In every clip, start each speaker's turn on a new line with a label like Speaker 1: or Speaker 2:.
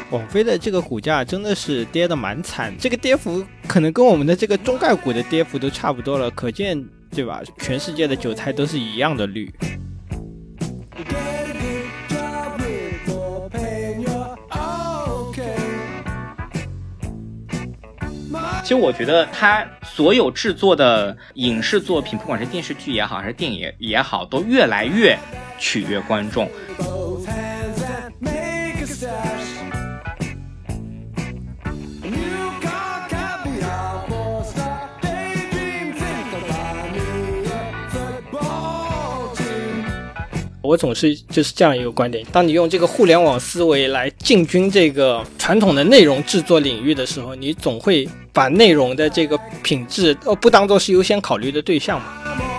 Speaker 1: 网飞的这个股价真的是跌得蛮惨，这个跌幅可能跟我们的这个中概股的跌幅都差不多了，可见对吧？全世界的韭菜都是一样的绿。
Speaker 2: 其实我觉得他所有制作的影视作品，不管是电视剧也好，还是电影也好，都越来越取悦观众。
Speaker 1: 我总是就是这样一个观点，当你用这个互联网思维来进军这个传统的内容制作领域的时候，你总会把内容的这个品质不当作是优先考虑的对象嘛。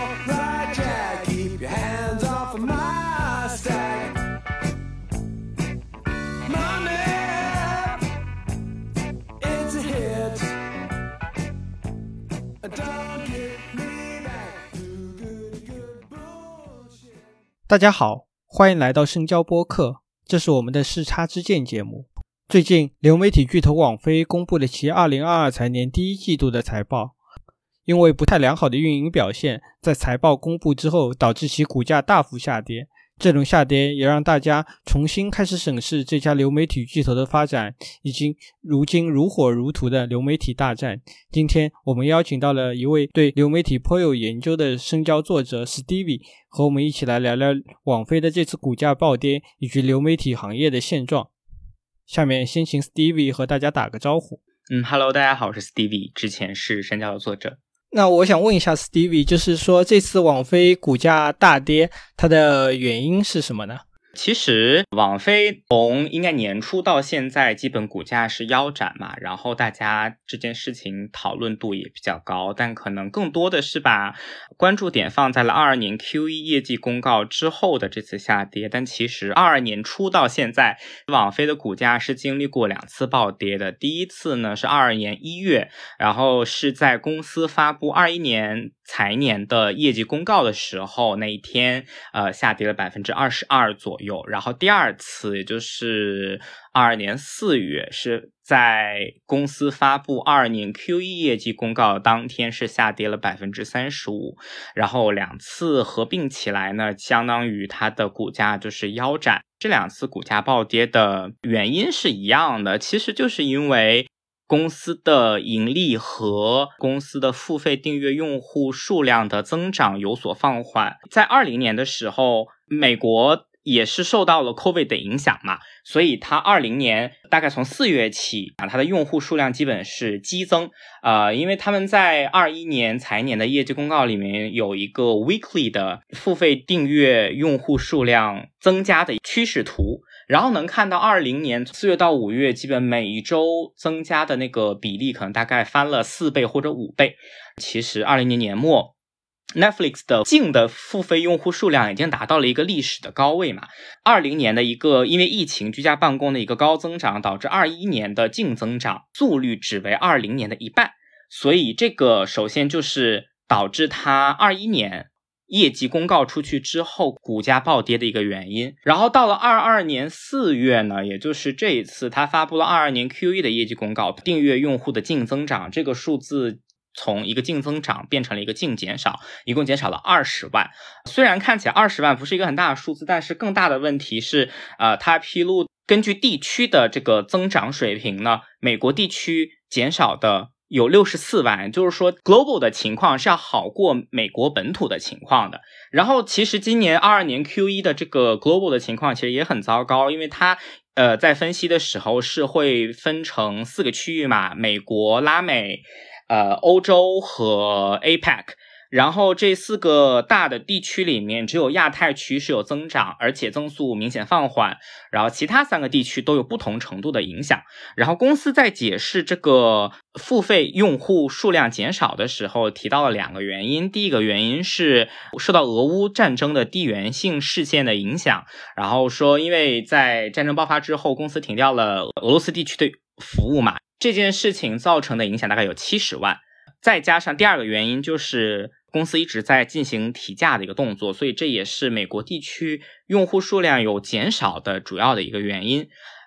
Speaker 1: 大家好，欢迎来到深交播客，这是我们的视差之见节目。最近流媒体巨头网飞公布了其2022财年第一季度的财报，因为不太良好的运营表现，在财报公布之后导致其股价大幅下跌。这种下跌也让大家重新开始审视这家流媒体巨头的发展，以及如今如火如荼的流媒体大战。今天我们邀请到了一位对流媒体颇有研究的深交作者 Stevie， 和我们一起来聊聊网飞的这次股价暴跌以及流媒体行业的现状。下面先请 Stevie 和大家打个招呼。
Speaker 2: Hello， 大家好，我是 Stevie， 之前是深交的作者。
Speaker 1: 那我想问一下 Stevie， 就是说这次网飞股价大跌，它的原因是什么呢？
Speaker 2: 其实网飞从应该年初到现在基本股价是腰斩嘛，然后大家这件事情讨论度也比较高，但可能更多的是把关注点放在了22年 Q1 业绩公告之后的这次下跌。但其实22年初到现在，网飞的股价是经历过2次暴跌的。第一次呢是22年1月，然后是在公司发布21年财年的业绩公告的时候，那一天下跌了 22% 左右。然后第二次也就是22年4月，是在公司发布22年 Q1 业绩公告当天是下跌了 35%， 然后2次合并起来呢，相当于它的股价就是腰斩。这2次股价暴跌的原因是一样的，其实就是因为公司的盈利和公司的付费订阅用户数量的增长有所放缓。在20年的时候，美国也是受到了 COVID 的影响嘛，所以它20年大概从4月起它的用户数量基本是激增。因为他们在21年财年的业绩公告里面有一个 weekly 的付费订阅用户数量增加的趋势图，然后能看到20年4月到5月基本每一周增加的那个比例可能大概翻了4倍或者5倍。其实20年年末Netflix 的净的付费用户数量已经达到了一个历史的高位嘛。20年的一个因为疫情居家办公的一个高增长，导致21年的净增长速率只为20年的一半，所以这个首先就是导致它21年业绩公告出去之后股价暴跌的一个原因。然后到了22年4月呢，也就是这一次它发布了22年 Q1 的业绩公告，订阅用户的净增长这个数字从一个净增长变成了一个净减少，一共减少了20万。虽然看起来20万不是一个很大的数字，但是更大的问题是它披露根据地区的这个增长水平呢，美国地区减少的有64万，就是说 global 的情况是要好过美国本土的情况的。然后其实今年22年 Q1 的这个 global 的情况其实也很糟糕，因为它在分析的时候是会分成4个区域嘛，美国、拉美、欧洲和 APEC， 然后这4个大的地区里面只有亚太区是有增长，而且增速明显放缓，然后其他3个地区都有不同程度的影响。然后公司在解释这个付费用户数量减少的时候提到了2个原因。第一个原因是受到俄乌战争的地缘性事件的影响，然后说因为在战争爆发之后公司停掉了俄罗斯地区的服务嘛，这件事情造成的影响大概有70万。再加上第2个原因就是公司一直在进行提价的一个动作，所以这也是美国地区用户数量有减少的主要的一个原因。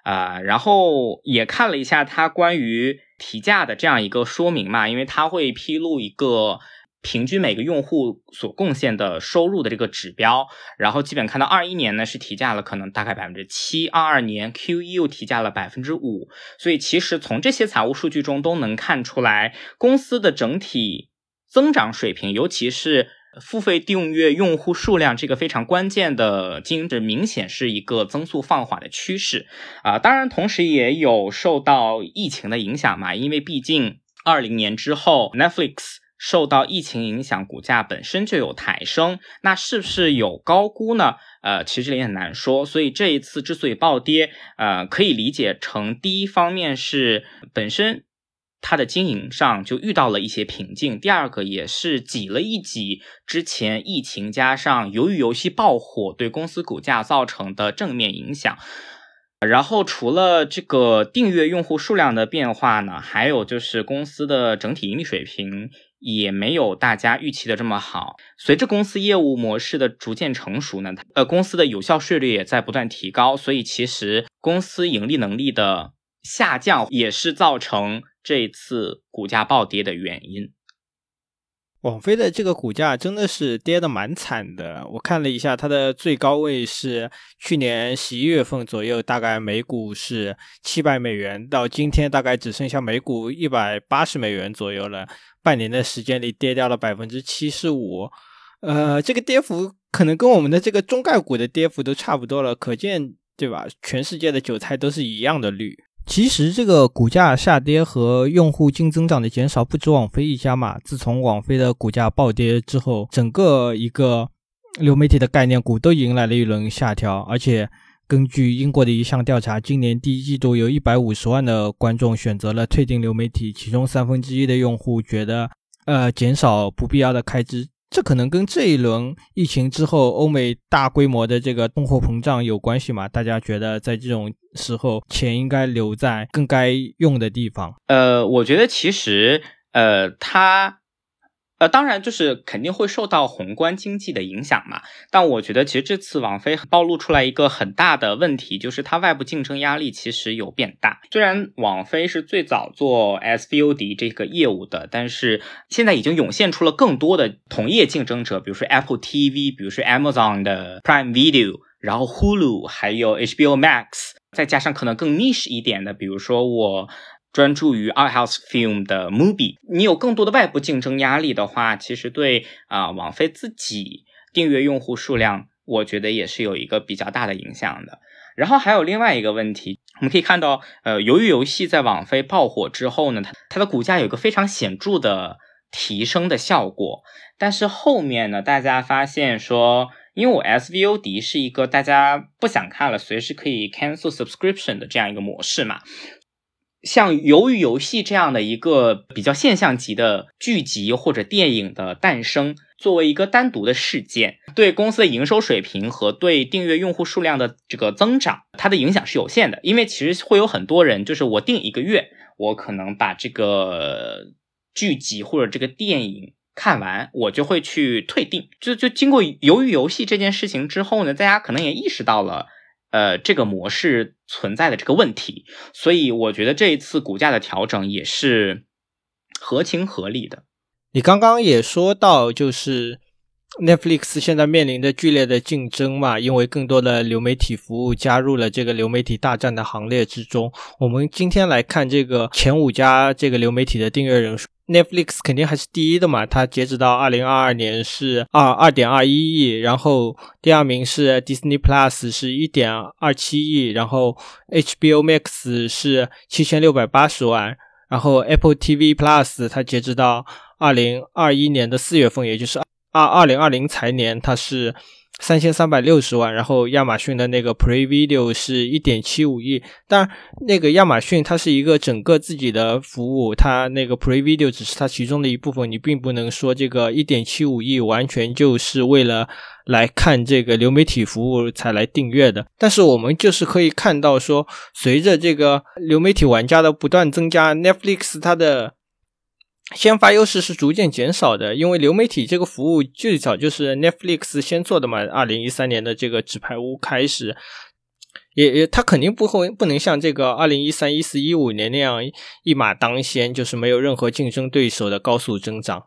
Speaker 2: 然后也看了一下它关于提价的这样一个说明嘛，因为它会披露一个平均每个用户所贡献的收入的这个指标，然后基本看到21年呢是提价了可能大概 7%， 22年 Q1 又提价了 5%， 所以其实从这些财务数据中都能看出来公司的整体增长水平，尤其是付费订阅用户数量这个非常关键的经济明显是一个增速放缓的趋势当然同时也有受到疫情的影响嘛，因为毕竟20年之后 Netflix 受到疫情影响，股价本身就有抬升，那是不是有高估呢？其实这里很难说，所以这一次之所以暴跌，可以理解成第一方面是本身它的经营上就遇到了一些瓶颈，第二个也是挤了一挤之前疫情加上鱿鱼游戏爆火对公司股价造成的正面影响。然后除了这个订阅用户数量的变化呢，还有就是公司的整体盈利水平也没有大家预期的这么好。随着公司业务模式的逐渐成熟呢，公司的有效税率也在不断提高，所以其实公司盈利能力的下降也是造成这一次股价暴跌的原因。
Speaker 1: 网飞的这个股价真的是跌得蛮惨的，我看了一下它的最高位是去年11月份左右，大概每股是700美元，到今天大概只剩下每股180美元左右了，半年的时间里跌掉了 75%。这个跌幅可能跟我们的这个中概股的跌幅都差不多了，可见对吧？全世界的韭菜都是一样的绿。其实这个股价下跌和用户净增长的减少不止网飞一家嘛，自从网飞的股价暴跌之后，整个一个流媒体的概念股都迎来了一轮下调，而且根据英国的一项调查，今年第一季度有150万的观众选择了退订流媒体，其中1/3的用户觉得减少不必要的开支。这可能跟这一轮疫情之后欧美大规模的这个通货膨胀有关系嘛？大家觉得在这种时候钱应该留在更该用的地方。
Speaker 2: 我觉得其实它当然就是肯定会受到宏观经济的影响嘛，但我觉得其实这次网飞暴露出来一个很大的问题，就是它外部竞争压力其实有变大。虽然网飞是最早做 SVOD 这个业务的，但是现在已经涌现出了更多的同业竞争者，比如说 Apple TV， 比如说 Amazon 的 Prime Video， 然后 Hulu， 还有 HBO Max， 再加上可能更 niche 一点的，比如说我专注于 Art House Film 的 Mubi， 你有更多的外部竞争压力的话，其实对网飞自己订阅用户数量我觉得也是有一个比较大的影响的。然后还有另外一个问题，我们可以看到鱿鱼游戏在网飞爆火之后呢，它的股价有一个非常显著的提升的效果，但是后面呢大家发现说，因为我 SVOD 是一个大家不想看了随时可以 cancel subscription 的这样一个模式嘛，像鱿鱼游戏这样的一个比较现象级的剧集或者电影的诞生，作为一个单独的事件，对公司的营收水平和对订阅用户数量的这个增长，它的影响是有限的。因为其实会有很多人，就是我订1个月，我可能把这个剧集或者这个电影看完，我就会去退订。就经过鱿鱼游戏这件事情之后呢，大家可能也意识到了这个模式存在的这个问题，所以我觉得这一次股价的调整也是合情合理的。
Speaker 1: 你刚刚也说到，就是 Netflix 现在面临的剧烈的竞争嘛，因为更多的流媒体服务加入了这个流媒体大战的行列之中。我们今天来看这个前5家这个流媒体的订阅人数， Netflix 肯定还是第一的嘛，它截止到2022年是 2.21 亿，然后第二名是 Disney Plus 是 1.27 亿，然后 HBO Max 是7680万，然后 Apple TV Plus 它截止到2021年的4月份，也就是2020财年，它是3360万，然后亚马逊的那个 Prime Video 是 1.75 亿。当然那个亚马逊它是一个整个自己的服务，它那个 Prime Video 只是它其中的一部分，你并不能说这个 1.75 亿完全就是为了来看这个流媒体服务才来订阅的。但是我们就是可以看到说，随着这个流媒体玩家的不断增加， Netflix 它的先发优势是逐渐减少的，因为流媒体这个服务最早就是 Netflix 先做的嘛，2013年的这个纸牌屋开始， 它肯定不能像这个2013、14、15年那样一马当先，就是没有任何竞争对手的高速增长。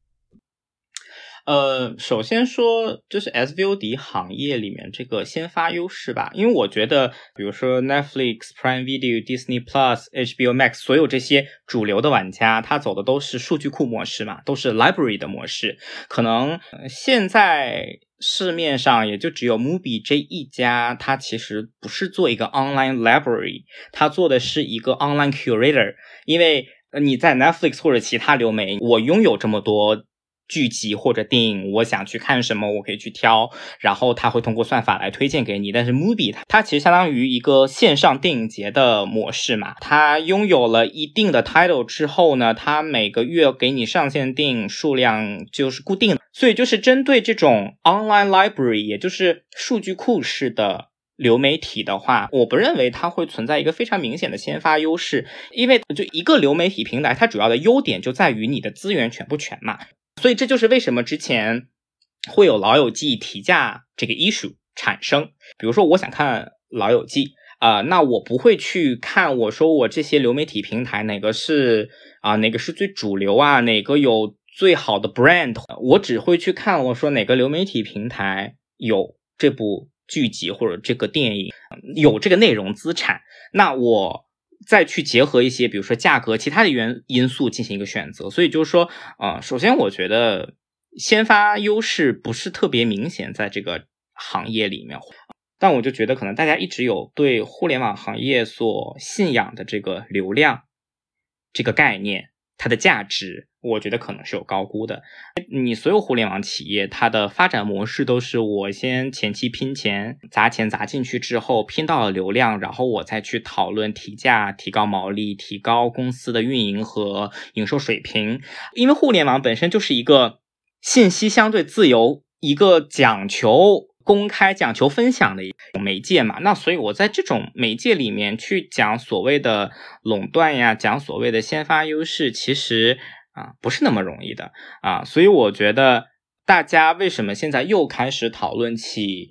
Speaker 2: 首先说就是 SVOD 行业里面这个先发优势吧，因为我觉得比如说 Netflix、Prime Video、Disney Plus、HBO Max 所有这些主流的玩家，他走的都是数据库模式嘛，都是 library 的模式，可能现在市面上也就只有 Mubi 这一家，它其实不是做一个 online library， 它做的是一个 online curator， 因为你在 Netflix 或者其他流媒，我拥有这么多剧集或者电影，我想去看什么我可以去挑，然后它会通过算法来推荐给你。但是 Mubi 它其实相当于一个线上电影节的模式嘛，它拥有了一定的 title 之后呢，它每个月给你上线电影数量就是固定的，所以就是针对这种 online library， 也就是数据库式的流媒体的话，我不认为它会存在一个非常明显的先发优势，因为就一个流媒体平台，它主要的优点就在于你的资源全不全嘛。所以这就是为什么之前会有老友记提价这个 issue 产生。比如说我想看老友记那我不会去看我说我这些流媒体平台哪个是最主流啊，哪个有最好的 brand， 我只会去看我说哪个流媒体平台有这部剧集或者这个电影，有这个内容资产，那我再去结合一些比如说价格其他的因素进行一个选择。所以就是说首先我觉得先发优势不是特别明显在这个行业里面，但我就觉得可能大家一直有对互联网行业所信仰的这个流量这个概念，它的价值我觉得可能是有高估的。你所有互联网企业它的发展模式都是我先前期拼钱砸钱砸进去之后拼到了流量，然后我再去讨论提价、提高毛利、提高公司的运营和营收水平。因为互联网本身就是一个信息相对自由、一个讲求公开、讲求分享的一种媒介嘛，那所以我在这种媒介里面去讲所谓的垄断呀，讲所谓的先发优势，其实不是那么容易的所以我觉得大家为什么现在又开始讨论起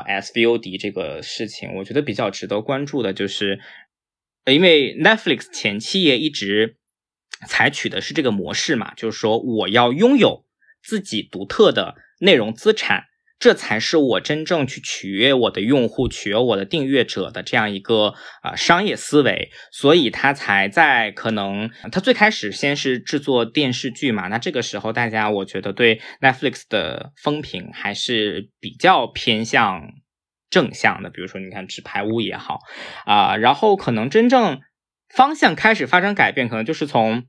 Speaker 2: SVOD 这个事情，我觉得比较值得关注的就是因为 Netflix 前期也一直采取的是这个模式嘛，就是说我要拥有自己独特的内容资产，这才是我真正去取悦我的用户、取悦我的订阅者的这样一个商业思维。所以他才在可能他最开始先是制作电视剧嘛，那这个时候大家我觉得对 Netflix 的风评还是比较偏向正向的，比如说你看纸牌屋也好然后可能真正方向开始发生改变，可能就是从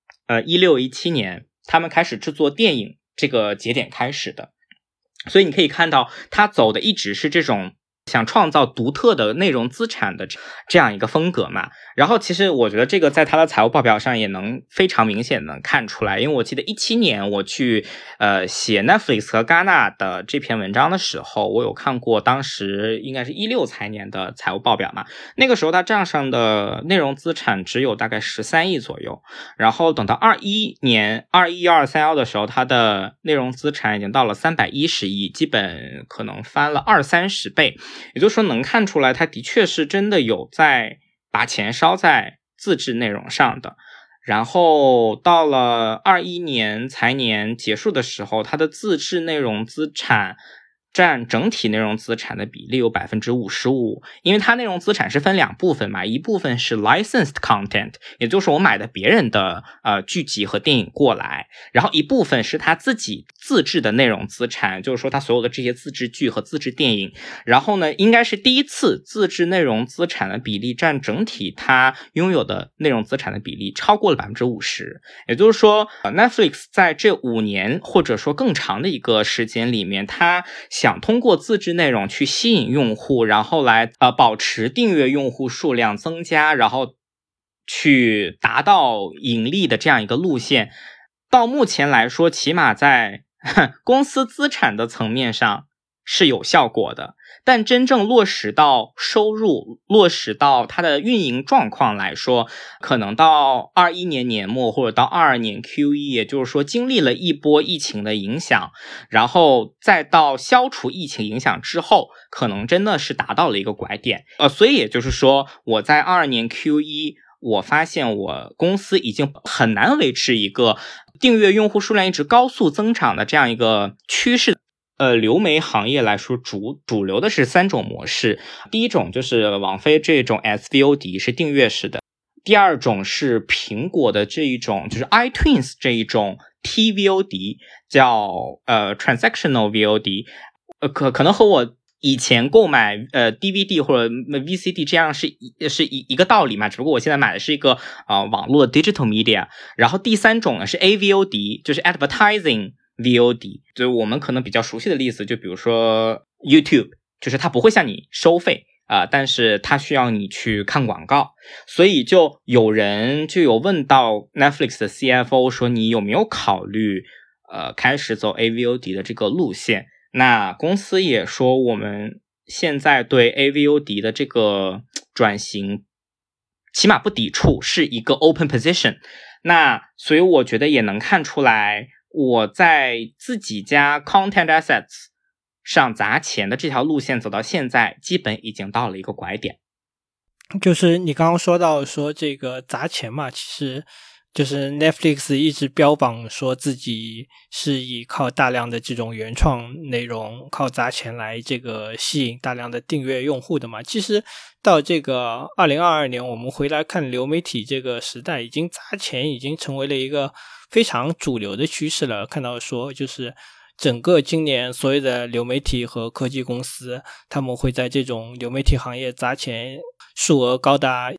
Speaker 2: 16、17年他们开始制作电影这个节点开始的。所以你可以看到他走的一直是这种想创造独特的内容资产的这样一个风格嘛。然后其实我觉得这个在他的财务报表上也能非常明显的看出来，因为我记得17年我去写 Netflix 和戛纳的这篇文章的时候，我有看过当时应该是16财年的财务报表嘛，那个时候他账上的内容资产只有大概13亿左右，然后等到21年21、22、31的时候，他的内容资产已经到了310亿，基本可能翻了20-30倍。也就是说能看出来他的确是真的有在把钱烧在自制内容上的。然后到了21年财年结束的时候，他的自制内容资产占整体内容资产的比例有 55%， 因为它内容资产是分两部分嘛，一部分是 licensed content， 也就是我买的别人的剧集和电影过来，然后一部分是他自己自制的内容资产，就是说他所有的这些自制剧和自制电影。然后呢，应该是第一次自制内容资产的比例占整体他拥有的内容资产的比例超过了 50%。 也就是说Netflix 在这5年或者说更长的一个时间里面，他想通过自制内容去吸引用户，然后来保持订阅用户数量增加，然后去达到盈利的这样一个路线。到目前来说，起码在公司资产的层面上是有效果的，但真正落实到收入，落实到它的运营状况来说，可能到21年年末或者到22年 Q1， 也就是说经历了一波疫情的影响，然后再到消除疫情影响之后，可能真的是达到了一个拐点。所以也就是说，我在22年 Q1， 我发现我公司已经很难维持一个订阅用户数量一直高速增长的这样一个趋势。流媒行业来说，主流的是3种模式。第一种就是网飞这种 SVOD 是订阅式的，第二种是苹果的这一种，就是 iTunes 这一种 TVOD， 叫transactional VOD， 可能和我以前购买DVD 或者 VCD 这样是一个道理嘛，只不过我现在买的是一个网络的 digital media。然后第三种呢是 AVOD， 就是 advertising VOD， 就是我们可能比较熟悉的例子，就比如说 YouTube， 就是它不会向你收费但是它需要你去看广告。所以就有人就有问到 Netflix 的 CFO 说，你有没有考虑开始走 AVOD 的这个路线？那公司也说，我们现在对 AVOD 的这个转型起码不抵触，是一个 open position。 那所以我觉得也能看出来，我在自己家 content assets 上砸钱的这条路线走到现在，基本已经到了一个拐点。
Speaker 1: 就是你刚刚说到说这个砸钱嘛，其实就是 Netflix 一直标榜说自己是以靠大量的这种原创内容，靠砸钱来这个吸引大量的订阅用户的嘛。其实到这个2022年，我们回来看流媒体这个时代，已经砸钱已经成为了一个非常主流的趋势了。看到说就是整个今年所有的流媒体和科技公司，他们会在这种流媒体行业砸钱，数额高达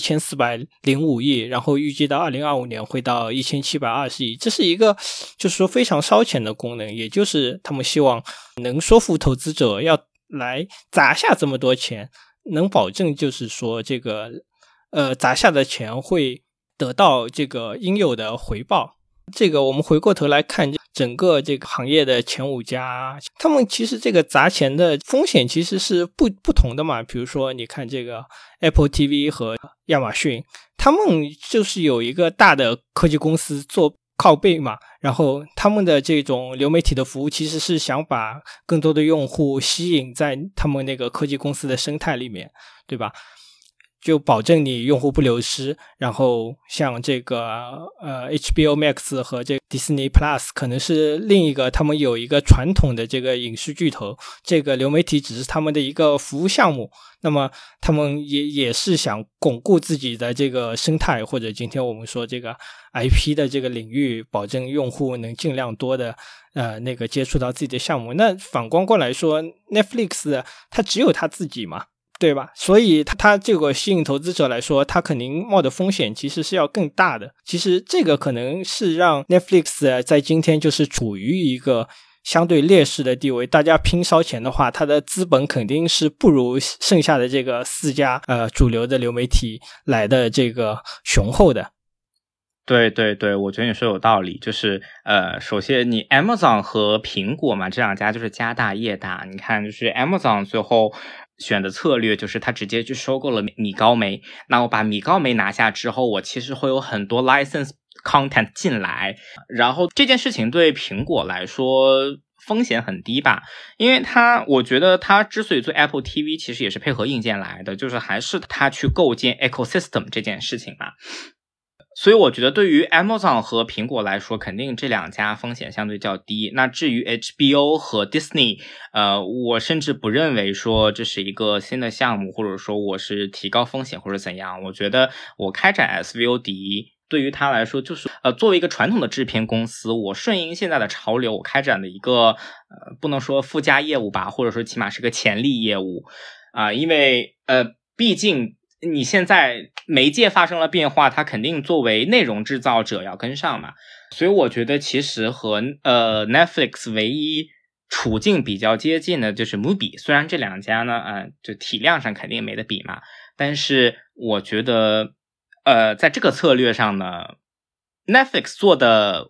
Speaker 1: 1405亿，然后预计到2025年会到1720亿。这是一个就是说非常烧钱的功能，也就是他们希望能说服投资者要来砸下这么多钱，能保证就是说这个砸下的钱会得到这个应有的回报。这个我们回过头来看整个这个行业的前5家，他们其实这个砸钱的风险其实是不同的嘛。比如说你看这个 Apple TV 和亚马逊，他们就是有一个大的科技公司做靠背嘛，然后他们的这种流媒体的服务其实是想把更多的用户吸引在他们那个科技公司的生态里面，对吧？就保证你用户不流失。然后像这个HBO Max 和这个 Disney Plus 可能是另一个，他们有一个传统的这个影视巨头，这个流媒体只是他们的一个服务项目，那么他们也是想巩固自己的这个生态，或者今天我们说这个 IP 的这个领域，保证用户能尽量多的那个接触到自己的项目。那反观过来说 Netflix 它只有它自己嘛，对吧？所以它这个吸引投资者来说，它肯定冒的风险其实是要更大的。其实这个可能是让 Netflix 在今天就是处于一个相对劣势的地位。大家拼烧钱的话，它的资本肯定是不如剩下的这个4家主流的流媒体来的这个雄厚的。
Speaker 2: 对对对，我觉得你说有道理。就是首先你 Amazon 和苹果嘛，这两家就是家大业大。你看就是 Amazon 最后选的策略就是他直接去收购了米高梅。那我把米高梅拿下之后，我其实会有很多 license content 进来，然后这件事情对苹果来说风险很低吧，因为我觉得他之所以做 Apple TV 其实也是配合硬件来的，就是还是他去构建 ecosystem 这件事情嘛。所以我觉得对于 Amazon 和苹果来说，肯定这两家风险相对较低。那至于 HBO 和 Disney， 我甚至不认为说这是一个新的项目，或者说我是提高风险或者怎样。我觉得我开展 SVOD 对于他来说就是作为一个传统的制片公司，我顺应现在的潮流，我开展的一个不能说附加业务吧，或者说起码是个潜力业务因为毕竟你现在媒介发生了变化，它肯定作为内容制造者要跟上嘛。所以我觉得其实和Netflix 唯一处境比较接近的就是 Mubi， 虽然这两家呢就体量上肯定没得比嘛，但是我觉得在这个策略上呢 Netflix 做的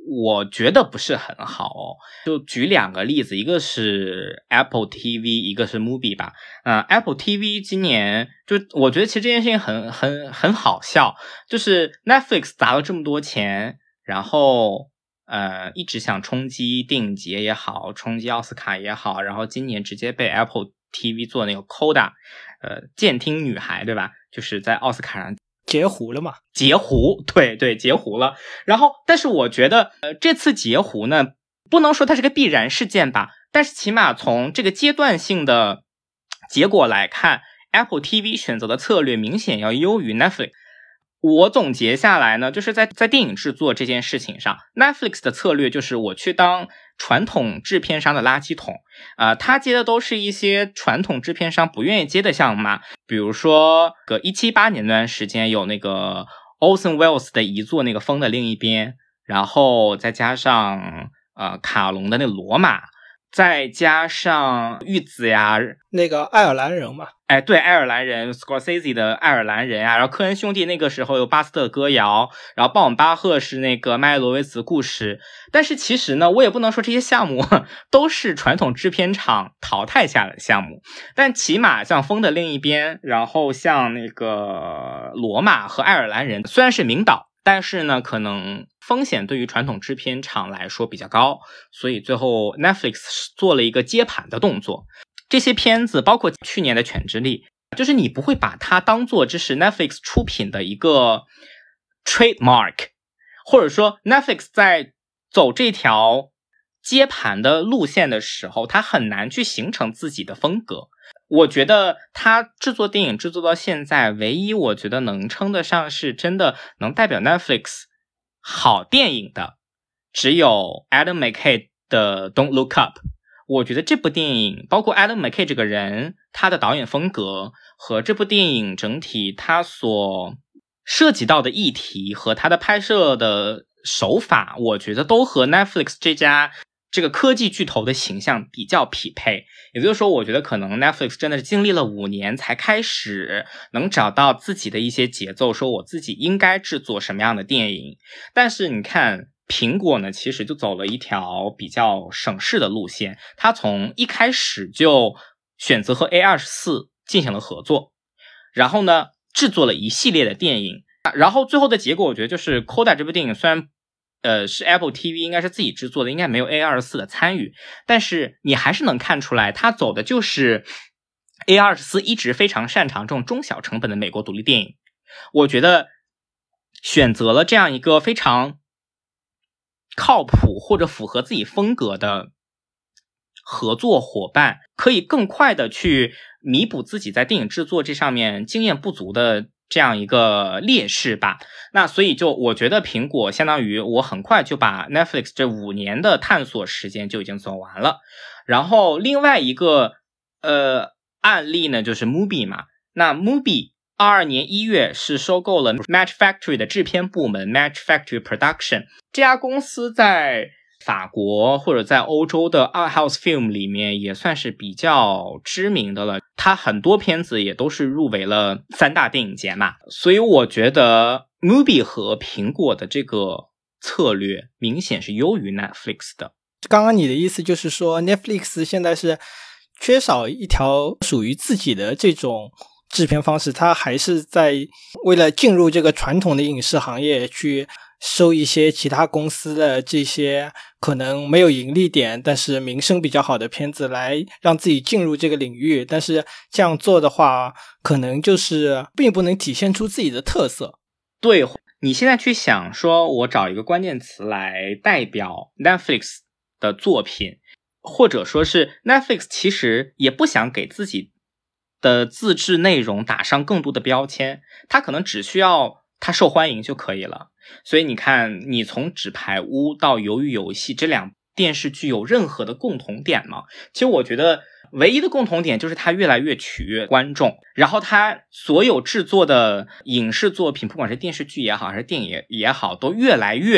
Speaker 2: 我觉得不是很好哦。就举2个例子，一个是 Apple TV， 一个是 Mubi 吧。Apple TV 今年就我觉得其实这件事情很好笑，就是 Netflix 砸了这么多钱，然后一直想冲击电影节也好，冲击奥斯卡也好，然后今年直接被 Apple TV 做那个 Coda， 监听女孩，对吧？就是在奥斯卡上
Speaker 1: 截胡了嘛？
Speaker 2: 截胡，对，截胡了。然后，但是我觉得，这次截胡呢，不能说它是个必然事件吧，但是起码从这个阶段性的结果来看 ，Apple TV 选择的策略明显要优于 Netflix。我总结下来呢，就是在电影制作这件事情上 ，Netflix 的策略就是我去当传统制片商的垃圾桶，他接的都是一些传统制片商不愿意接的项目嘛，比如说178年那段时间有那个 Orson Welles 的遗作那个风的另一边，然后再加上卡隆的那个罗马，再加上玉子呀，
Speaker 1: 那个爱尔兰人嘛，
Speaker 2: 对，爱尔兰人 Scorsese 的爱尔兰人啊，然后科恩兄弟那个时候有巴斯特歌谣，然后鲍姆巴赫是那个麦罗维茨故事。但是其实呢，我也不能说这些项目都是传统制片厂淘汰下的项目，但起码像风的另一边，然后像那个罗马和爱尔兰人，虽然是名导，但是呢可能风险对于传统制片厂来说比较高，所以最后 Netflix 做了一个接盘的动作。这些片子包括去年的犬之力，就是你不会把它当做这是 Netflix 出品的一个 trademark， 或者说 Netflix 在走这条接盘的路线的时候，它很难去形成自己的风格。我觉得它制作电影制作到现在，唯一我觉得能称得上是真的能代表 Netflix 好电影的，只有 Adam McKay 的 Don't Look Up。我觉得这部电影包括 Adam McKay 这个人，他的导演风格和这部电影整体他所涉及到的议题和他的拍摄的手法，我觉得都和 Netflix 这个科技巨头的形象比较匹配。也就是说，我觉得可能 Netflix 真的是经历了5年才开始能找到自己的一些节奏，说我自己应该制作什么样的电影。但是你看苹果呢，其实就走了一条比较省事的路线，它从一开始就选择和 A24 进行了合作，然后呢制作了一系列的电影，然后最后的结果我觉得就是 Coda 这部电影虽然是 Apple TV 应该是自己制作的，应该没有 A24 的参与，但是你还是能看出来它走的就是 A24 一直非常擅长这种中小成本的美国独立电影。我觉得选择了这样一个非常靠谱或者符合自己风格的合作伙伴，可以更快的去弥补自己在电影制作这上面经验不足的这样一个劣势吧。那所以就我觉得苹果相当于我很快就把 Netflix 这5年的探索时间就已经走完了。然后另外一个案例呢就是 Mubi 嘛，那 Mubi 22年1月是收购了 Match Factory 的制片部门 Match Factory Production， 这家公司在法国或者在欧洲的 Art House Film 里面也算是比较知名的了，它很多片子也都是入围了3大电影节嘛，所以我觉得 Mubi 和苹果的这个策略明显是优于 Netflix 的。
Speaker 1: 刚刚你的意思就是说 Netflix 现在是缺少一条属于自己的这种制片方式，它还是在为了进入这个传统的影视行业去收一些其他公司的这些可能没有盈利点但是名声比较好的片子来让自己进入这个领域，但是这样做的话可能就是并不能体现出自己的特色。
Speaker 2: 对，你现在去想说我找一个关键词来代表 Netflix 的作品，或者说是 Netflix 其实也不想给自己的自制内容打上更多的标签，它可能只需要它受欢迎就可以了。所以你看，你从纸牌屋到鱿鱼游戏这2电视剧有任何的共同点吗？其实我觉得唯一的共同点就是它越来越取悦观众，然后它所有制作的影视作品不管是电视剧也好还是电影也好都越来越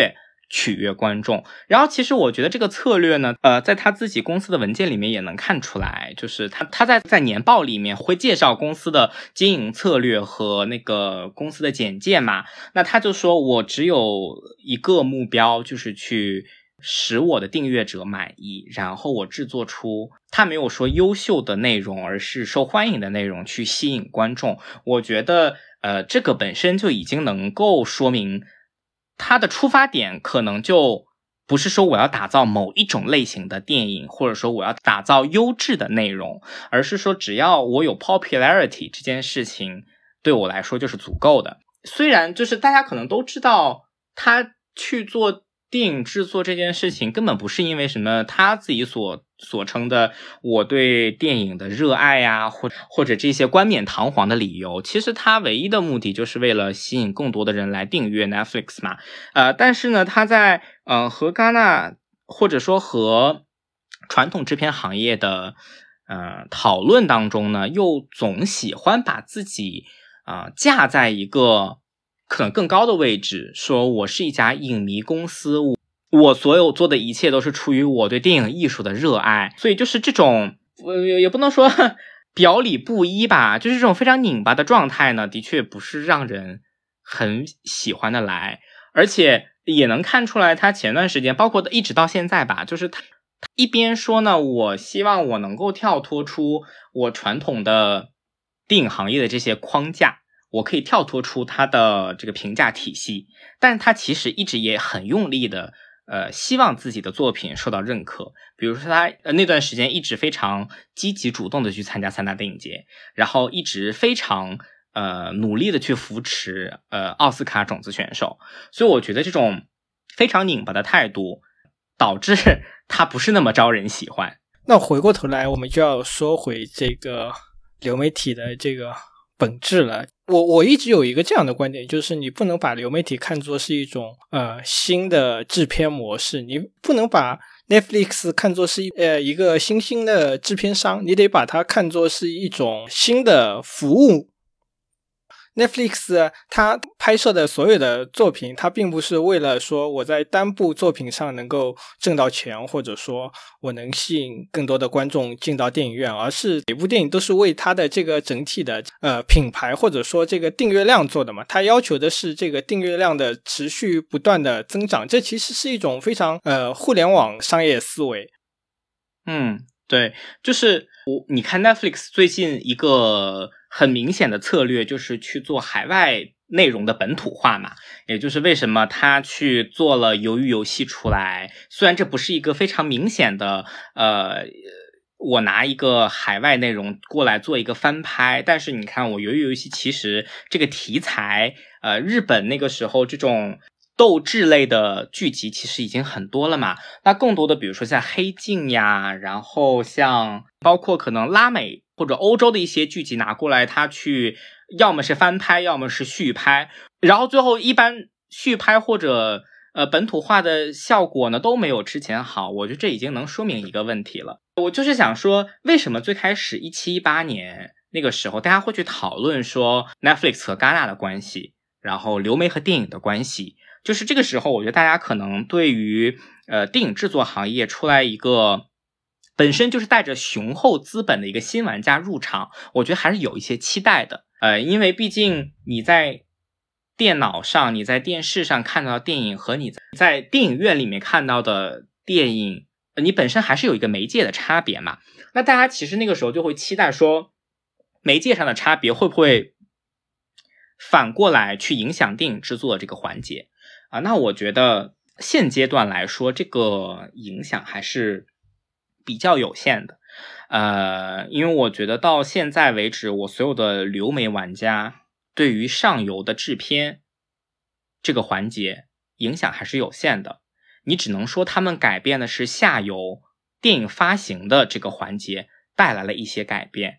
Speaker 2: 取悦观众。然后其实我觉得这个策略呢，在他自己公司的文件里面也能看出来，就是他在年报里面会介绍公司的经营策略和那个公司的简介嘛。那他就说我只有一个目标，就是去使我的订阅者满意，然后我制作出，他没有说优秀的内容，而是受欢迎的内容去吸引观众。我觉得这个本身就已经能够说明他的出发点可能就不是说我要打造某一种类型的电影，或者说我要打造优质的内容，而是说只要我有 popularity 这件事情对我来说就是足够的。虽然就是大家可能都知道他去做电影制作这件事情根本不是因为什么他自己所称的我对电影的热爱呀，或者这些冠冕堂皇的理由，其实他唯一的目的就是为了吸引更多的人来订阅 Netflix 嘛。但是呢，他在和戛纳或者说和传统制片行业的讨论当中呢，又总喜欢把自己架在一个可能更高的位置，说我是一家影迷公司，我所有做的一切都是出于我对电影艺术的热爱。所以就是这种也不能说表里不一吧，就是这种非常拧巴的状态呢，的确不是让人很喜欢的来。而且也能看出来他前段时间包括一直到现在吧，就是他一边说呢，我希望我能够跳脱出我传统的电影行业的这些框架，我可以跳脱出他的这个评价体系，但他其实一直也很用力的希望自己的作品受到认可。比如说他那段时间一直非常积极主动的去参加3大电影节，然后一直非常努力的去扶持奥斯卡种子选手。所以我觉得这种非常拧巴的态度导致他不是那么招人喜欢。
Speaker 1: 那回过头来我们就要说回这个流媒体的这个本质了。我一直有一个这样的观点，就是你不能把流媒体看作是一种新的制片模式，你不能把 Netflix 看作是一个新兴的制片商，你得把它看作是一种新的服务。Netflix 它拍摄的所有的作品，它并不是为了说我在单部作品上能够挣到钱，或者说我能吸引更多的观众进到电影院，而是每部电影都是为它的这个整体的品牌或者说这个订阅量做的嘛。它要求的是这个订阅量的持续不断的增长，这其实是一种非常互联网商业思维。
Speaker 2: 对，就是你看 Netflix 最近一个很明显的策略就是去做海外内容的本土化嘛，也就是为什么他去做了鱿鱼游戏出来，虽然这不是一个非常明显的我拿一个海外内容过来做一个翻拍，但是你看我鱿鱼游戏其实这个题材日本那个时候这种斗智类的剧集其实已经很多了嘛，那更多的比如说像黑镜呀，然后像包括可能拉美或者欧洲的一些剧集拿过来，它去要么是翻拍要么是续拍，然后最后一般续拍或者本土化的效果呢都没有之前好。我觉得这已经能说明一个问题了。我就是想说为什么最开始17-18年那个时候大家会去讨论说 Netflix 和戛纳的关系，然后流媒和电影的关系，就是这个时候我觉得大家可能对于电影制作行业出来一个本身就是带着雄厚资本的一个新玩家入场，我觉得还是有一些期待的。因为毕竟你在电脑上你在电视上看到的电影和你在电影院里面看到的电影你本身还是有一个媒介的差别嘛。那大家其实那个时候就会期待说媒介上的差别会不会反过来去影响电影制作的这个环节那我觉得现阶段来说这个影响还是比较有限的。因为我觉得到现在为止我所有的流媒玩家对于上游的制片这个环节影响还是有限的，你只能说他们改变的是下游电影发行的这个环节带来了一些改变。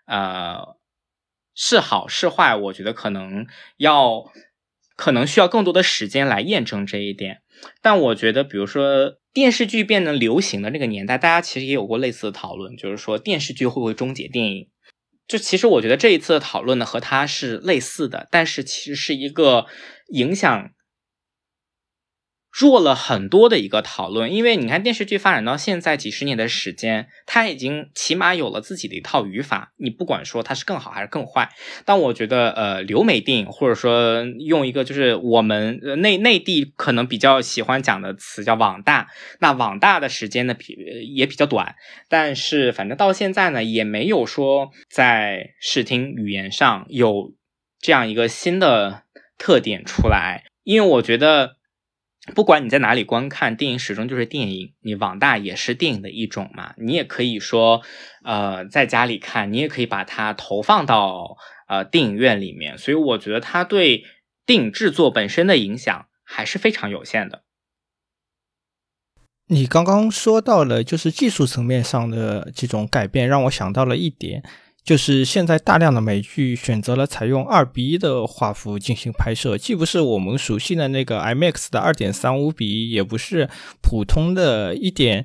Speaker 2: 是好是坏我觉得可能需要更多的时间来验证这一点。但我觉得比如说电视剧变得流行的那个年代，大家其实也有过类似的讨论，就是说电视剧会不会终结电影。就其实我觉得这一次的讨论呢和它是类似的，但是其实是一个影响弱了很多的一个讨论。因为你看电视剧发展到现在几十年的时间，它已经起码有了自己的一套语法，你不管说它是更好还是更坏。但我觉得流媒电影，或者说用一个就是我们内地可能比较喜欢讲的词叫网大，那网大的时间呢也比较短，但是反正到现在呢也没有说在视听语言上有这样一个新的特点出来。因为我觉得不管你在哪里观看，电影始终就是电影，你网大也是电影的一种嘛。你也可以说在家里看，你也可以把它投放到电影院里面，所以我觉得它对电影制作本身的影响还是非常有限的。
Speaker 1: 你刚刚说到了就是技术层面上的这种改变，让我想到了一点，就是现在大量的美剧选择了采用2:1的画幅进行拍摄，既不是我们熟悉的那个 IMAX 的 2.35:1， 也不是普通的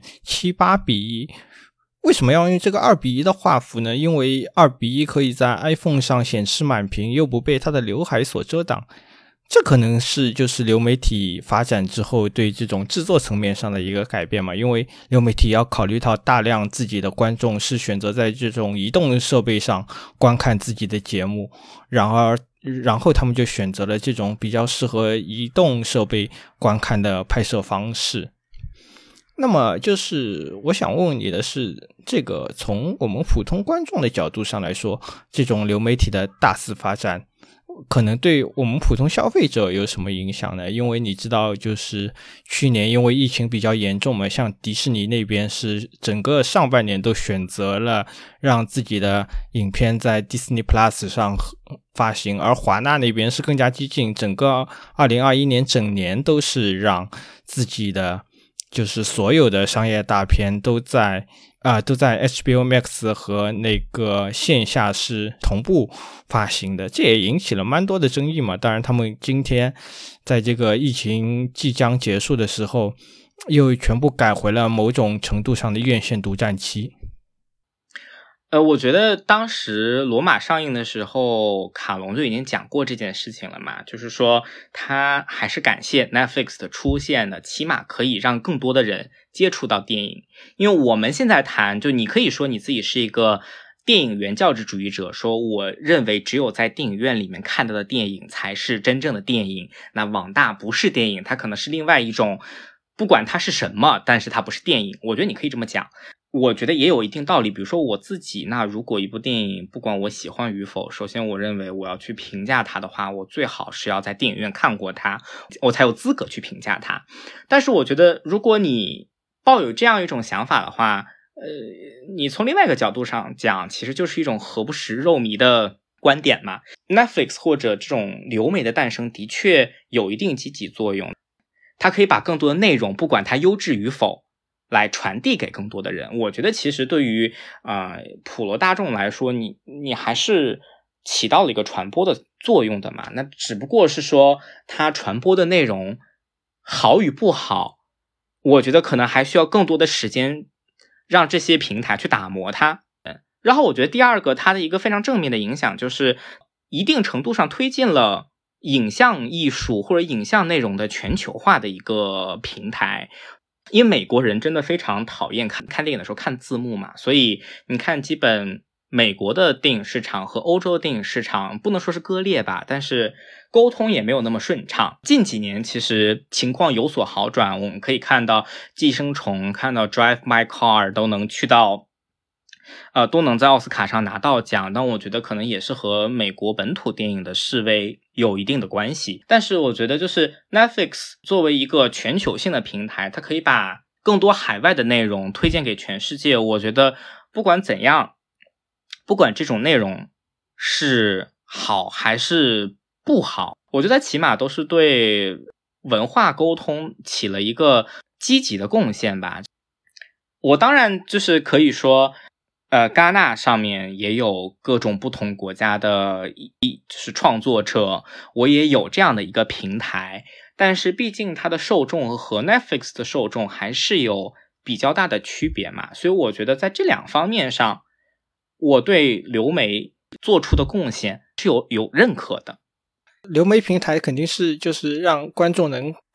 Speaker 1: 1.78:1。为什么要用这个2:1的画幅呢？因为2:1可以在 iPhone 上显示满屏，又不被它的刘海所遮挡。这可能是就是流媒体发展之后对这种制作层面上的一个改变嘛，因为流媒体要考虑到大量自己的观众是选择在这种移动设备上观看自己的节目，然后他们就选择了这种比较适合移动设备观看的拍摄方式。那么就是我想问问你的是，这个从我们普通观众的角度上来说，这种流媒体的大肆发展可能对我们普通消费者有什么影响呢？因为你知道就是去年因为疫情比较严重嘛，像迪士尼那边是整个上半年都选择了让自己的影片在 Disney Plus 上发行，而华纳那边是更加激进，整个2021年整年都是让自己的就是所有的商业大片都在HBO Max 和那个线下是同步发行的，这也引起了蛮多的争议嘛。当然他们今天在这个疫情即将结束的时候又全部改回了某种程度上的院线独占期。
Speaker 2: 我觉得当时罗马上映的时候，卡隆就已经讲过这件事情了嘛，就是说他还是感谢 Netflix 的出现的，起码可以让更多的人接触到电影。因为我们现在谈，就你可以说你自己是一个电影原教旨主义者，说我认为只有在电影院里面看到的电影才是真正的电影，那网大不是电影，它可能是另外一种，不管它是什么，但是它不是电影。我觉得你可以这么讲，我觉得也有一定道理。比如说我自己，那如果一部电影不管我喜欢与否，首先我认为我要去评价它的话，我最好是要在电影院看过它，我才有资格去评价它。但是我觉得如果你抱有这样一种想法的话，你从另外一个角度上讲，其实就是一种何不食肉糜的观点嘛。Netflix 或者这种流媒的诞生的确有一定积极作用，它可以把更多的内容，不管它优质与否，来传递给更多的人。我觉得其实对于普罗大众来说，你还是起到了一个传播的作用的嘛。那只不过是说它传播的内容好与不好，我觉得可能还需要更多的时间让这些平台去打磨它。然后我觉得第二个它的一个非常正面的影响，就是一定程度上推进了影像艺术或者影像内容的全球化的一个平台。因为美国人真的非常讨厌看电影的时候看字幕嘛，所以你看基本美国的电影市场和欧洲的电影市场不能说是割裂吧，但是沟通也没有那么顺畅。近几年其实情况有所好转，我们可以看到寄生虫，看到 Drive My Car 都能去到都能在奥斯卡上拿到奖，但我觉得可能也是和美国本土电影的式微有一定的关系。但是我觉得就是 Netflix 作为一个全球性的平台，它可以把更多海外的内容推荐给全世界。我觉得不管怎样，不管这种内容是好还是不好，我觉得起码都是对文化沟通起了一个积极的贡献吧。我当然就是可以说戛纳上面也有各种不同国家的就是创作者，我也有这样的一个平台，但是毕竟它的受众和 Netflix 的受众还是有比较大的区别嘛，所以我觉得在这两方面上，我对流媒做出的贡献是有认可的。
Speaker 1: 流媒平台肯定是就是让观众能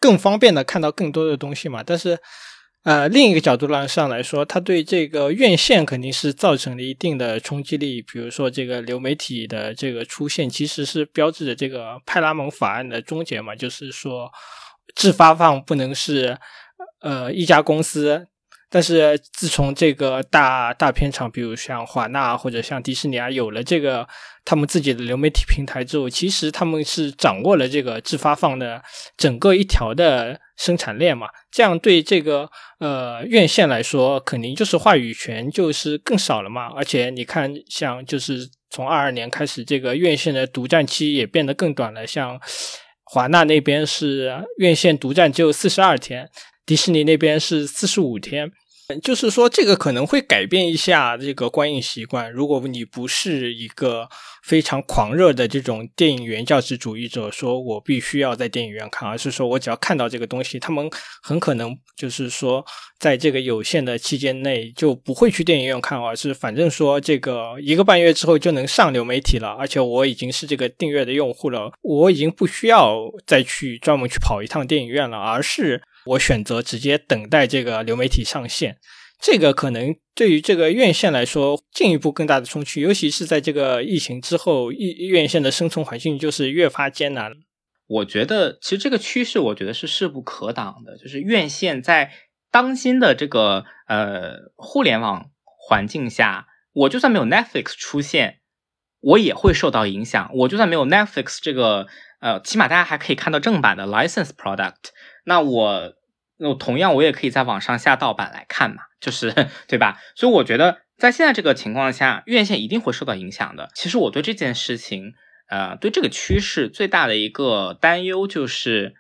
Speaker 1: 更方便的看到更多的东西嘛。但是另一个角度上来说，它对这个院线肯定是造成了一定的冲击力。比如说这个流媒体的这个出现，其实是标志着这个派拉蒙法案的终结嘛，就是说制发方不能是一家公司。但是自从这个大片厂，比如像华纳或者像迪士尼啊，有了这个他们自己的流媒体平台之后，其实他们是掌握了这个制发方的整个一条的生产链嘛。这样对这个院线来说，肯定就是话语权就是更少了嘛。而且你看，像就是从22年开始，这个院线的独占期也变得更短了。像华纳那边是院线独占只有42天，迪士尼那边是45天。就是说这个可能会改变一下这个观影习惯。如果你不是一个非常狂热的这种电影原教旨主义者，说我必须要在电影院看，而是说我只要看到这个东西，他们很可能就是说在这个有限的期间内就不会去电影院看，而是反正说这个1个半月之后就能上流媒体了，而且我已经是这个订阅的用户了，我已经不需要再去专门去跑一趟电影院了，而是我选择直接等待这个流媒体上线。这个可能对于这个院线来说进一步更大的冲击，尤其是在这个疫情之后，院线的生存环境就是越发艰难。
Speaker 2: 我觉得其实这个趋势我觉得是势不可挡的，就是院线在当今的这个互联网环境下，我就算没有 Netflix 出现，我也会受到影响。我就算没有 Netflix 这个起码大家还可以看到正版的 license product， 那我同样我也可以在网上下盗版来看嘛，就是对吧？所以我觉得在现在这个情况下，院线一定会受到影响的。其实我对这件事情对这个趋势最大的一个担忧就是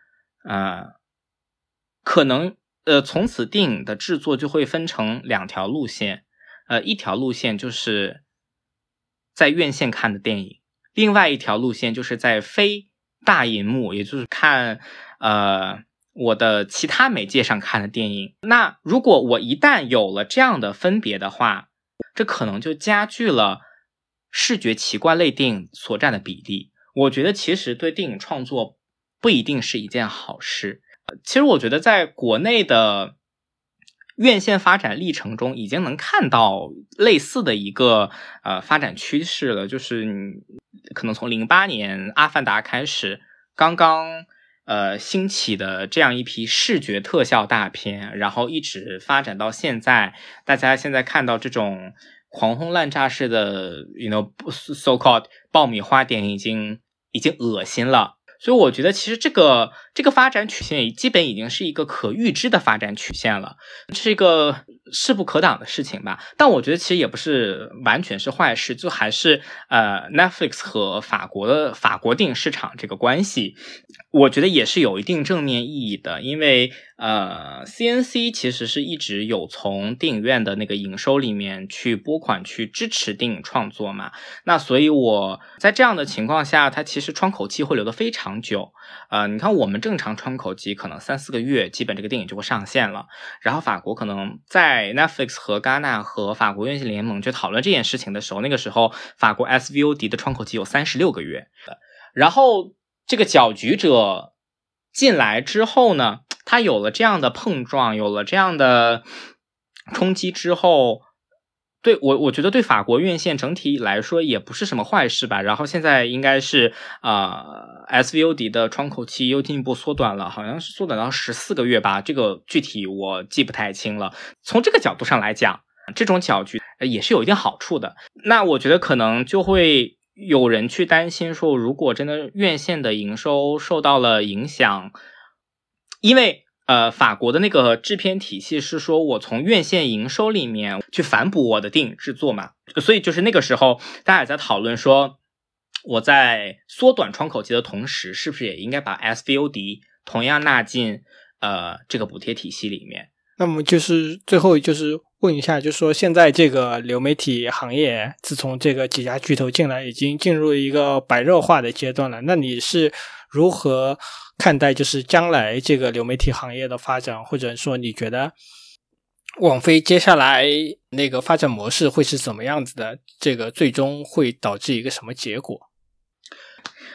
Speaker 2: 可能从此电影的制作就会分成2条路线。一条路线就是在院线看的电影，另外一条路线就是在非大银幕，也就是看我的其他媒介上看的电影。那如果我一旦有了这样的分别的话，这可能就加剧了视觉奇观类电影所占的比例。我觉得其实对电影创作不一定是一件好事。其实我觉得在国内的院线发展历程中已经能看到类似的一个发展趋势了，就是可能从08年阿凡达开始，刚刚兴起的这样一批视觉特效大片，然后一直发展到现在，大家现在看到这种狂轰滥炸式的 so called 爆米花电影已经恶心了。所以我觉得其实这个发展曲线基本已经是一个可预知的发展曲线了，这是一个势不可挡的事情吧。但我觉得其实也不是完全是坏事，就还是Netflix 和法国电影市场这个关系，我觉得也是有一定正面意义的。因为CNC 其实是一直有从电影院的那个营收里面去拨款去支持电影创作嘛，那所以我在这样的情况下，它其实窗口期会留得非常久。你看我们正常窗口期可能3-4个月基本这个电影就会上线了，然后法国可能在 Netflix 和戛纳和法国院线联盟去讨论这件事情的时候，那个时候法国 SVOD 的窗口期有36个月。然后这个搅局者进来之后呢，他有了这样的碰撞，有了这样的冲击之后，对我觉得对法国院线整体来说也不是什么坏事吧。然后现在应该是SVOD 的窗口期又进一步缩短了，好像是缩短到14个月吧，这个具体我记不太清了。从这个角度上来讲，这种搅局也是有一定好处的。那我觉得可能就会有人去担心说，如果真的院线的营收受到了影响，因为法国的那个制片体系是说我从院线营收里面去反哺我的电影制作嘛，所以就是那个时候大家也在讨论说，我在缩短窗口期的同时，是不是也应该把 SVOD 同样纳进这个补贴体系里面。
Speaker 1: 那么就是最后就是问一下，就是说现在这个流媒体行业自从这个几家巨头进来，已经进入一个白热化的阶段了，那你是如何看待就是将来这个流媒体行业的发展，或者说你觉得网飞接下来那个发展模式会是怎么样子的，这个最终会导致一个什么结果？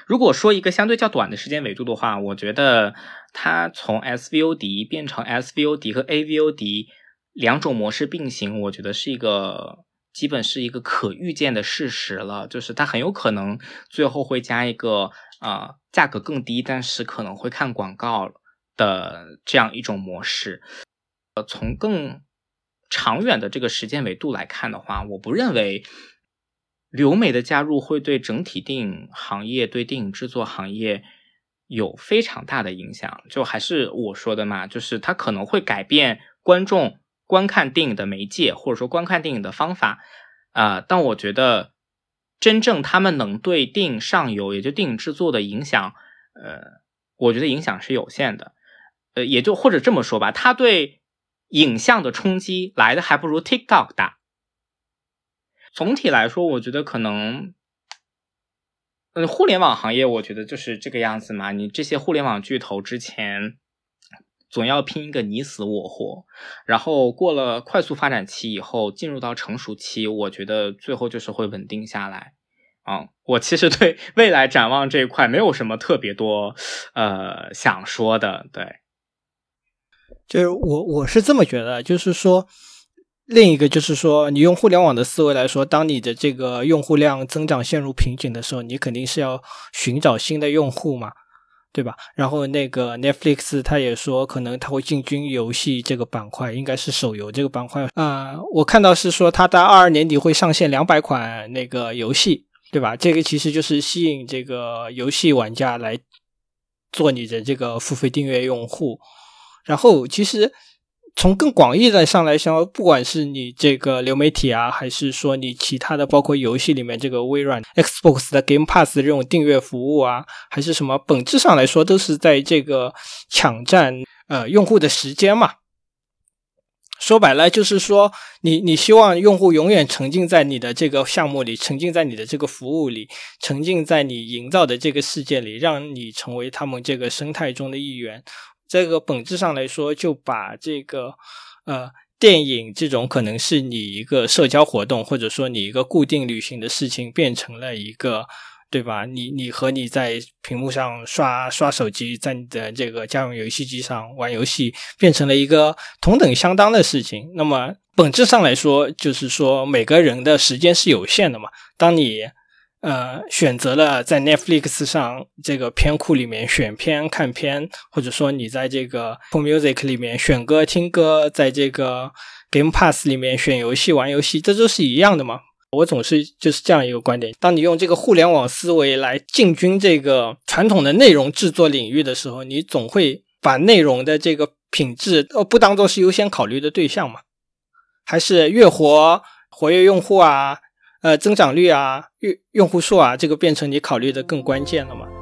Speaker 2: 如果说一个相对较短的时间维度的话，我觉得它从 SVOD 变成 SVOD 和 AVOD 两种模式并行，我觉得是基本是一个可预见的事实了，就是它很有可能最后会加一个价格更低，但是可能会看广告的这样一种模式。从更长远的这个时间维度来看的话，我不认为流媒的加入会对整体电影行业、对电影制作行业有非常大的影响。就还是我说的嘛，就是它可能会改变观众观看电影的媒介，或者说观看电影的方法。但我觉得真正他们能对电影上游，也就电影制作的影响，我觉得影响是有限的。也就或者这么说吧，它对影像的冲击来的还不如 TikTok 大。总体来说，我觉得可能互联网行业我觉得就是这个样子嘛，你这些互联网巨头之前总要拼一个你死我活，然后过了快速发展期以后进入到成熟期，我觉得最后就是会稳定下来。我其实对未来展望这一块没有什么特别多想说的。对，
Speaker 1: 就是我是这么觉得，就是说另一个就是说，你用互联网的思维来说，当你的这个用户量增长陷入瓶颈的时候，你肯定是要寻找新的用户嘛，对吧？然后那个 Netflix 他也说可能他会进军游戏这个板块，应该是手游这个板块。我看到是说他在22年底会上线200款那个游戏，对吧？这个其实就是吸引这个游戏玩家来做你的这个付费订阅用户。然后其实从更广义的上来说，不管是你这个流媒体啊，还是说你其他的包括游戏里面这个微软 Xbox 的 Game Pass 的这种订阅服务啊，还是什么，本质上来说都是在这个抢占用户的时间嘛。说白了就是说你希望用户永远沉浸在你的这个项目里，沉浸在你的这个服务里，沉浸在你营造的这个世界里，让你成为他们这个生态中的一员。这个本质上来说就把这个电影这种可能是你一个社交活动，或者说你一个固定旅行的事情，变成了一个，对吧？你和你在屏幕上刷手机，在你的这个家用游戏机上玩游戏，变成了一个同等相当的事情。那么本质上来说，就是说每个人的时间是有限的嘛。当你选择了在 Netflix 上这个片库里面选片看片，或者说你在这个 Apple Music 里面选歌听歌，在这个 Game Pass 里面选游戏玩游戏，这都是一样的嘛。我总是就是这样一个观点，当你用这个互联网思维来进军这个传统的内容制作领域的时候，你总会把内容的这个品质不当作是优先考虑的对象嘛，还是活跃用户啊增长率啊用户数啊，这个变成你考虑的更关键了嘛。